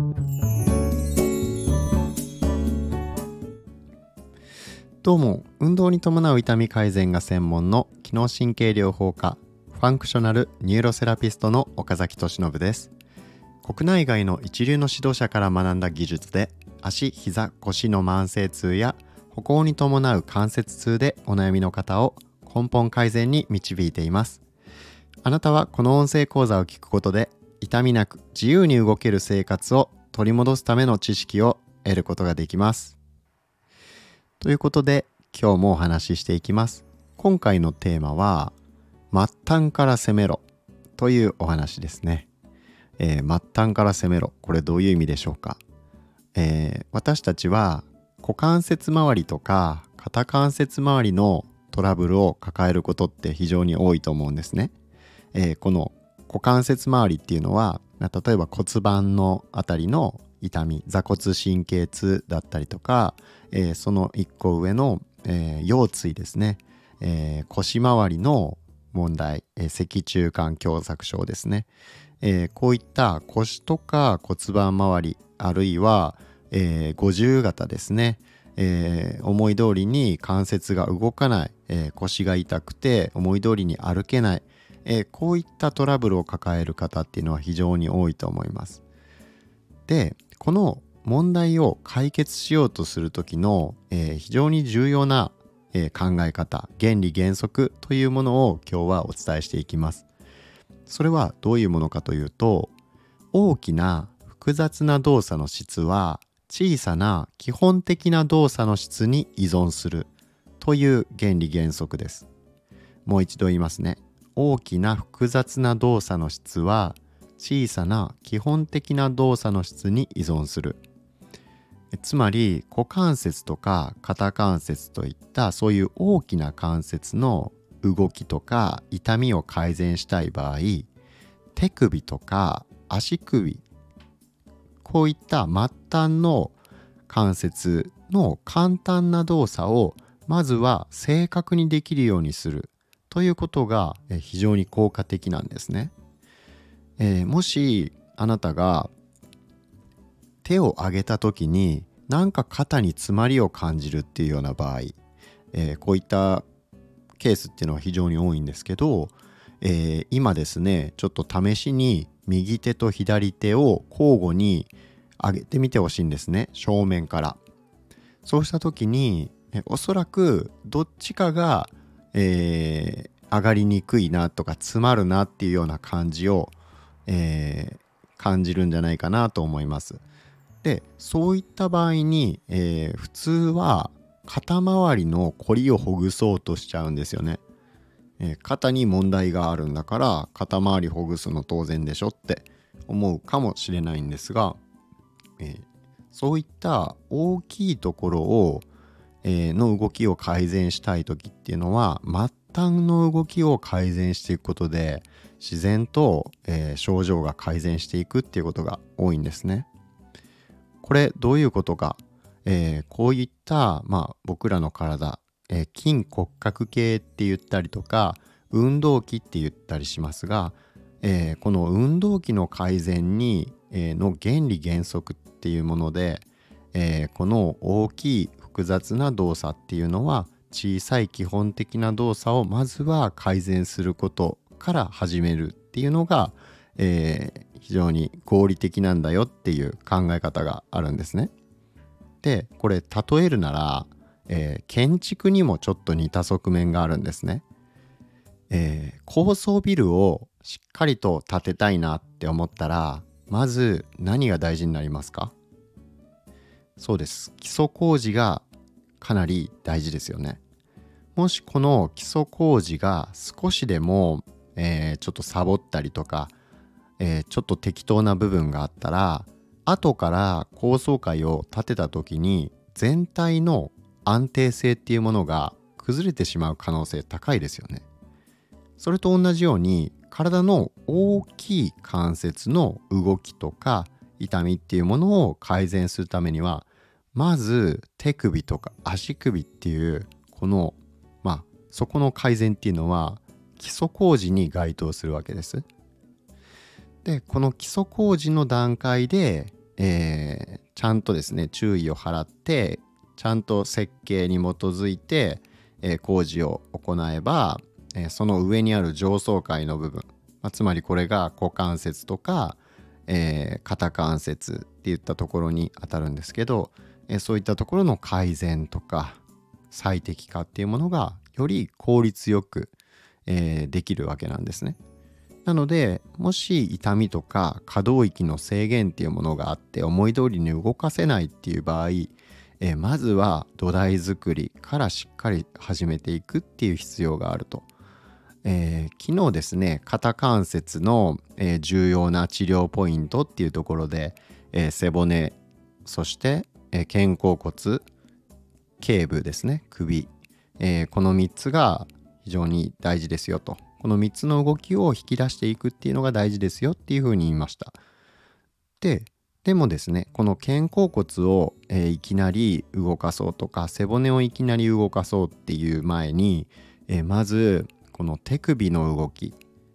どうも、運動に伴う痛み改善が専門の機能神経療法科ファンクショナルニューロセラピストの岡崎俊信です。国内外の一流の指導者から学んだ技術で足、膝、腰の慢性痛や歩行に伴う関節痛でお悩みの方を根本改善に導いています。あなたはこの音声講座を聞くことで痛みなく自由に動ける生活を取り戻すための知識を得ることができます。ということで今日もお話ししていきます。今回のテーマは末端から攻めろというお話ですね。末端から攻めろ、これどういう意味でしょうか。私たちは股関節周りとか肩関節周りのトラブルを抱えることって非常に多いと思うんですね。この股関節周りっていうのは例えば骨盤のあたりの痛み、座骨神経痛だったりとか、その一個上の、腰椎ですね、腰回りの問題、脊柱管狭窄症ですね、こういった腰とか骨盤周りあるいは、五十肩ですね、思い通りに関節が動かない、腰が痛くて思い通りに歩けない、こういったトラブルを抱える方っていうのは非常に多いと思います。で、この問題を解決しようとする時の、非常に重要な、考え方、原理原則というものを今日はお伝えしていきます。それはどういうものかというと、大きな複雑な動作の質は小さな基本的な動作の質に依存するという原理原則です。もう一度言いますね。大きな複雑な動作の質は小さな基本的な動作の質に依存する。つまり股関節とか肩関節といったそういう大きな関節の動きとか痛みを改善したい場合、手首とか足首、こういった末端の関節の簡単な動作をまずは正確にできるようにするということが非常に効果的なんですね。もしあなたが手を上げた時になんか肩に詰まりを感じるっていうような場合、こういったケースっていうのは非常に多いんですけど、今ですねちょっと試しに右手と左手を交互に上げてみてほしいんですね、正面から。そうした時におそらくどっちかが、上がりにくいなとか詰まるなっていうような感じを感じるんじゃないかなと思います。で、そういった場合に、普通は肩周りのこりをほぐそうとしちゃうんですよね。肩に問題があるんだから肩周りほぐすの当然でしょって思うかもしれないんですが、そういった大きいところを、の動きを改善したい時っていうのは末端の動きを改善していくことで自然と、症状が改善していくっていうことが多いんですね。これどういうことか、こういった、僕らの体、筋骨格系って言ったりとか運動器って言ったりしますが、この運動器の改善に、の原理原則っていうもので、この大きい複雑な動作っていうのは小さい基本的な動作をまずは改善することから始めるっていうのが、非常に合理的なんだよっていう考え方があるんですね。で、これ例えるなら、建築にもちょっと似た側面があるんですね。高層ビルをしっかりと建てたいなって思ったらまず何が大事になりますか？そうです。基礎工事がかなり大事ですよね。もしこの基礎工事が少しでも、ちょっとサボったりとか、ちょっと適当な部分があったら後から高層階を建てた時に全体の安定性っていうものが崩れてしまう可能性高いですよね。それと同じように体の大きい関節の動きとか痛みっていうものを改善するためにはまず手首とか足首っていうこのそこの改善っていうのは基礎工事に該当するわけです。で、この基礎工事の段階でちゃんとですね注意を払ってちゃんと設計に基づいて、工事を行えば、その上にある上層階の部分、つまりこれが股関節とか、肩関節っていったところに当たるんですけど、そういったところの改善とか最適化っていうものがより効率よく、できるわけなんですね。なのでもし痛みとか可動域の制限っていうものがあって思い通りに動かせないっていう場合、まずは土台作りからしっかり始めていくっていう必要があると。昨日ですね肩関節の、重要な治療ポイントっていうところで、背骨そして、肩甲骨頸部ですね首、この3つが非常に大事ですよと。この3つの動きを引き出していくっていうのが大事ですよっていうふうに言いました。でもですねこの肩甲骨を、いきなり動かそうとか背骨をいきなり動かそうっていう前に、まずこの手首の動き、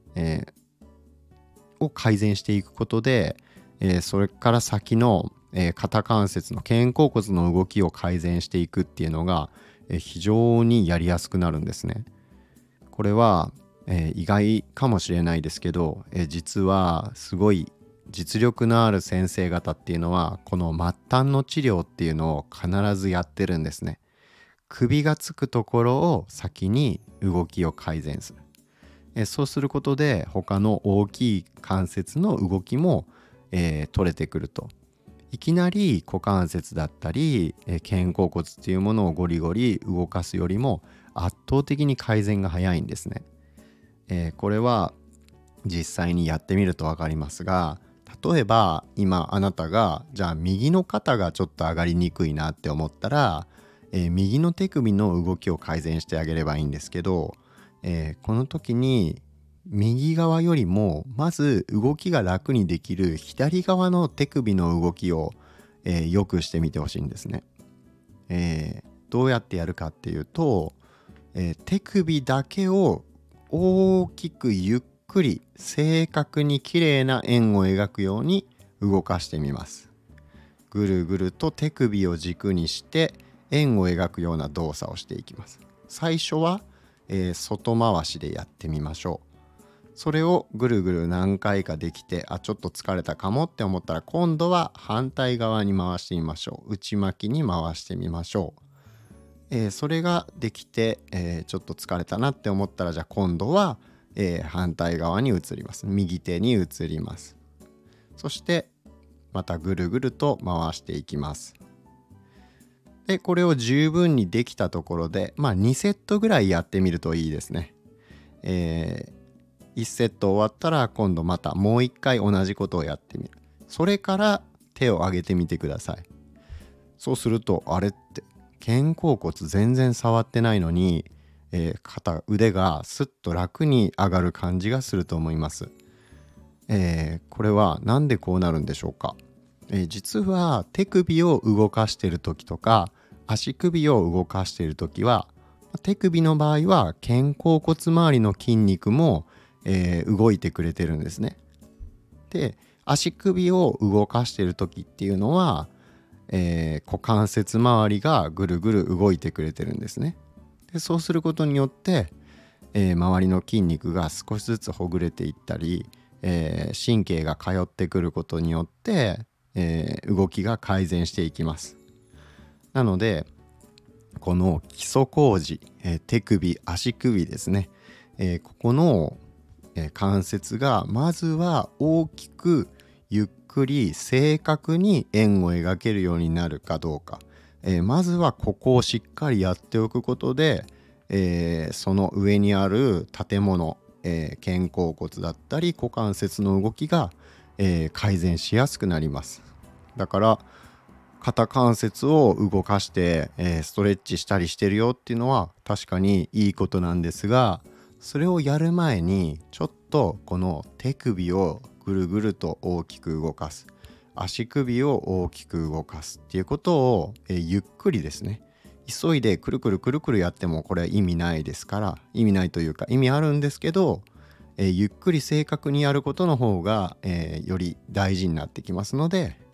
を改善していくことで、それから先の、肩関節の肩甲骨の動きを改善していくっていうのが、非常にやりやすくなるんですね。これは、意外かもしれないですけど、実はすごい実力のある先生方っていうのはこの末端の治療っていうのを必ずやってるんですね。首がつくところを先に動きを改善する。そうすることで他の大きい関節の動きも、取れてくると。いきなり股関節だったり、肩甲骨っていうものをゴリゴリ動かすよりも圧倒的に改善が早いんですね。これは実際にやってみると分かりますが、例えば今あなたがじゃあ右の肩がちょっと上がりにくいなって思ったら、右の手首の動きを改善してあげればいいんですけど、この時に右側よりもまず動きが楽にできる左側の手首の動きを、良くしてみてほしいんですね。どうやってやるかっていうと、手首だけを大きくゆっくり正確に綺麗な円を描くように動かしてみます。ぐるぐると手首を軸にして円を描くような動作をしていきます。最初は、外回しでやってみましょう。それをぐるぐる何回かできて、ちょっと疲れたかもって思ったら今度は反対側に回してみましょう。内巻きに回してみましょう。それができて、ちょっと疲れたなって思ったらじゃあ今度は、反対側に移ります。右手に移ります。そしてまたぐるぐると回していきます。でこれを十分にできたところで2セットぐらいやってみるといいですね。1セット終わったら今度またもう1回同じことをやってみる。それから手を上げてみてください。そうするとあれって肩甲骨全然触ってないのに、腕がスッと楽に上がる感じがすると思います。これはなんでこうなるんでしょうか。実は手首を動かしている時とか足首を動かしている時は手首の場合は肩甲骨周りの筋肉も、動いてくれてるんですね。で足首を動かしている時っていうのは、股関節周りがぐるぐる動いてくれてるんですね。でそうすることによって、周りの筋肉が少しずつほぐれていったり、神経が通ってくることによって、動きが改善していきます。なのでこの基礎工事、手首足首ですね、ここの、関節がまずは大きくゆっくり正確に円を描けるようになるかどうか、まずはここをしっかりやっておくことで、その上にある建物、肩甲骨だったり股関節の動きが、改善しやすくなります。だから肩関節を動かして、ストレッチしたりしてるよっていうのは確かにいいことなんですが、それをやる前にちょっとこの手首をぐるぐると大きく動かす、足首を大きく動かすっていうことを、ゆっくりですね、急いでくるくるくるくるやってもこれは意味ないですから、意味ないというか意味あるんですけど、ゆっくり正確にやることの方が、より大事になってきますので、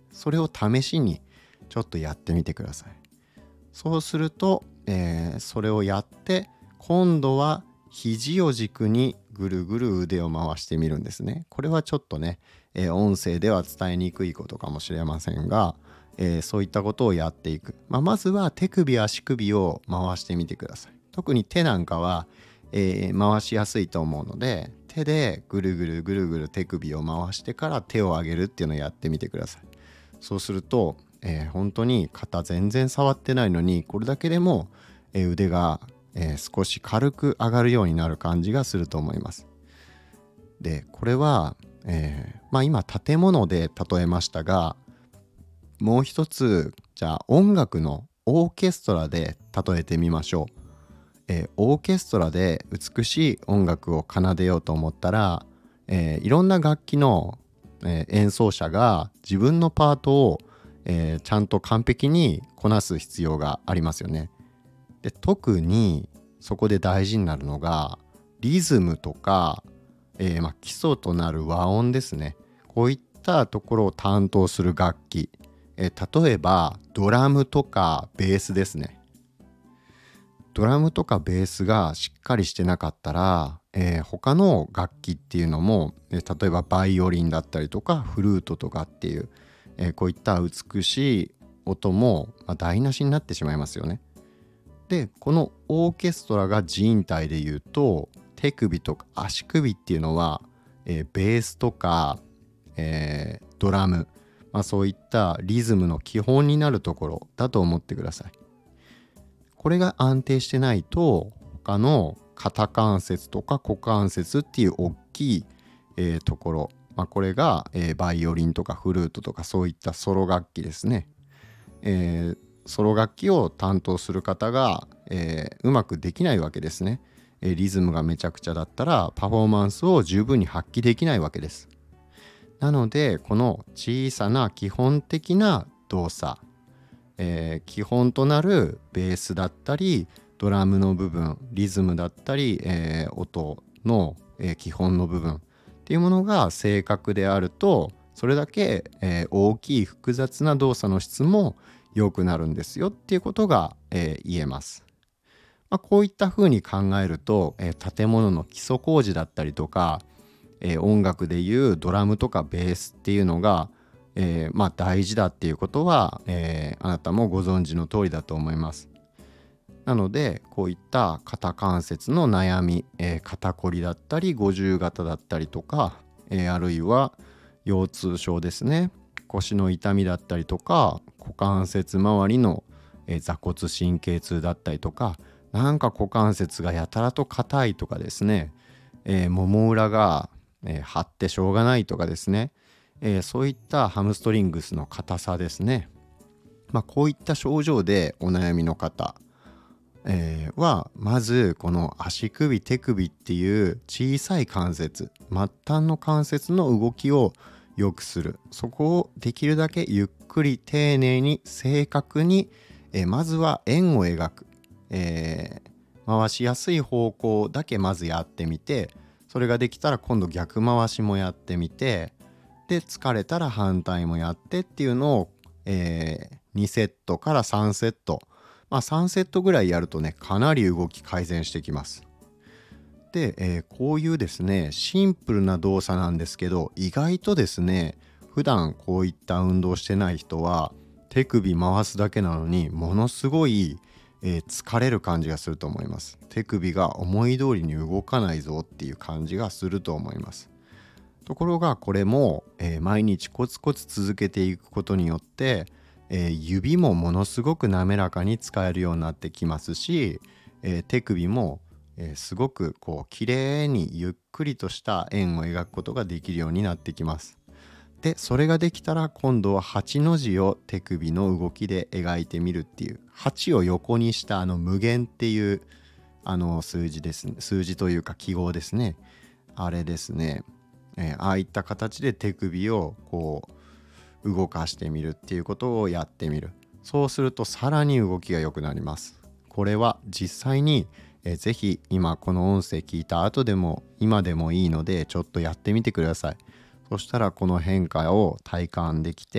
それを試しにちょっとやってみてください。そうすると、それをやって今度は肘を軸にぐるぐる腕を回してみるんですね。これはちょっとね、音声では伝えにくいことかもしれませんが、そういったことをやっていく。まずは手首足首を回してみてください。特に手なんかは、回しやすいと思うので、手でぐるぐるぐるぐる手首を回してから手を上げるっていうのをやってみてください。そうすると、本当に肩全然触ってないのにこれだけでも、腕が、少し軽く上がるようになる感じがすると思います。でこれは、今建物で例えましたが、もう一つじゃあ音楽のオーケストラで例えてみましょう。オーケストラで美しい音楽を奏でようと思ったら、いろんな楽器の、演奏者が自分のパートを、ちゃんと完璧にこなす必要がありますよね。で特にそこで大事になるのがリズムとか、基礎となる和音ですね。こういったところを担当する楽器、例えばドラムとかベースですね。ドラムとかベースがしっかりしてなかったら、他の楽器っていうのも、例えばバイオリンだったりとかフルートとかっていう、こういった美しい音も、台無しになってしまいますよね。でこのオーケストラが人体でいうと手首とか足首っていうのは、ベースとか、ドラム、そういったリズムの基本になるところだと思ってください。これが安定してないと他の肩関節とか股関節っていう大きい、ところ、これが、バイオリンとかフルートとかそういったソロ楽器ですね。ソロ楽器を担当する方が、うまくできないわけですね。リズムがめちゃくちゃだったらパフォーマンスを十分に発揮できないわけです。なのでこの小さな基本的な動作、基本となるベースだったりドラムの部分、リズムだったり、音の、基本の部分っていうものが正確であるとそれだけ、大きい複雑な動作の質も良くなるんですよっていうことが、言えます。こういったふうに考えると、建物の基礎工事だったりとか、音楽でいうドラムとかベースっていうのが、大事だっていうことは、あなたもご存知の通りだと思います。なのでこういった肩関節の悩み、肩こりだったり五十肩だったりとか、あるいは腰痛症ですね、腰の痛みだったりとか股関節周りの、坐骨神経痛だったりとか、なんか股関節がやたらと硬いとかですね、もも裏が、張ってしょうがないとかですね、そういったハムストリングスの硬さですね、こういった症状でお悩みの方、はまずこの足首手首っていう小さい関節、末端の関節の動きを良くする、そこをできるだけゆっくり丁寧に正確に、まずは円を描く、回しやすい方向だけまずやってみて、それができたら今度逆回しもやってみて、で疲れたら反対もやってっていうのを、2セットから3セット、3セットぐらいやるとね、かなり動き改善してきます。で、こういうですねシンプルな動作なんですけど、意外とですね普段こういった運動してない人は手首回すだけなのにものすごい、疲れる感じがすると思います。手首が思い通りに動かないぞっていう感じがすると思います。ところがこれも、毎日コツコツ続けていくことによって、指もものすごく滑らかに使えるようになってきますし、手首も、すごくこう綺麗にゆっくりとした円を描くことができるようになってきます。でそれができたら今度は8の字を手首の動きで描いてみるっていう、8を横にした無限っていう数字ですね、数字というか記号ですね、あれですね、ああいった形で手首をこう動かしてみるっていうことをやってみる。そうするとさらに動きが良くなります。これは実際に、ぜひ今この音声聞いた後でも今でもいいのでちょっとやってみてください。そしたらこの変化を体感できて、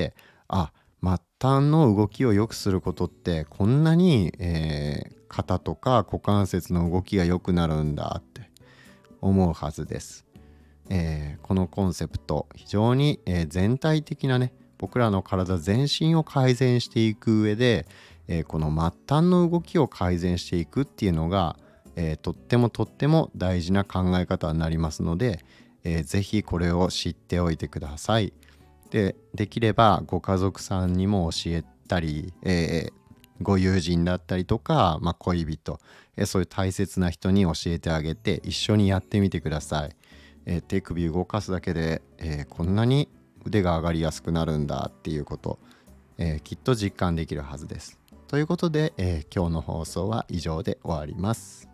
末端の動きを良くすることってこんなに、肩とか股関節の動きが良くなるんだって思うはずです。このコンセプト非常に、全体的なね僕らの体全身を改善していく上で、この末端の動きを改善していくっていうのが、とっても大事な考え方になりますので、ぜひこれを知っておいてください。できればご家族さんにも教えたり、ご友人だったりとか、恋人、そういう大切な人に教えてあげて一緒にやってみてください。手首動かすだけで、こんなに腕が上がりやすくなるんだっていうこと、きっと実感できるはずです。ということで、今日の放送は以上で終わります。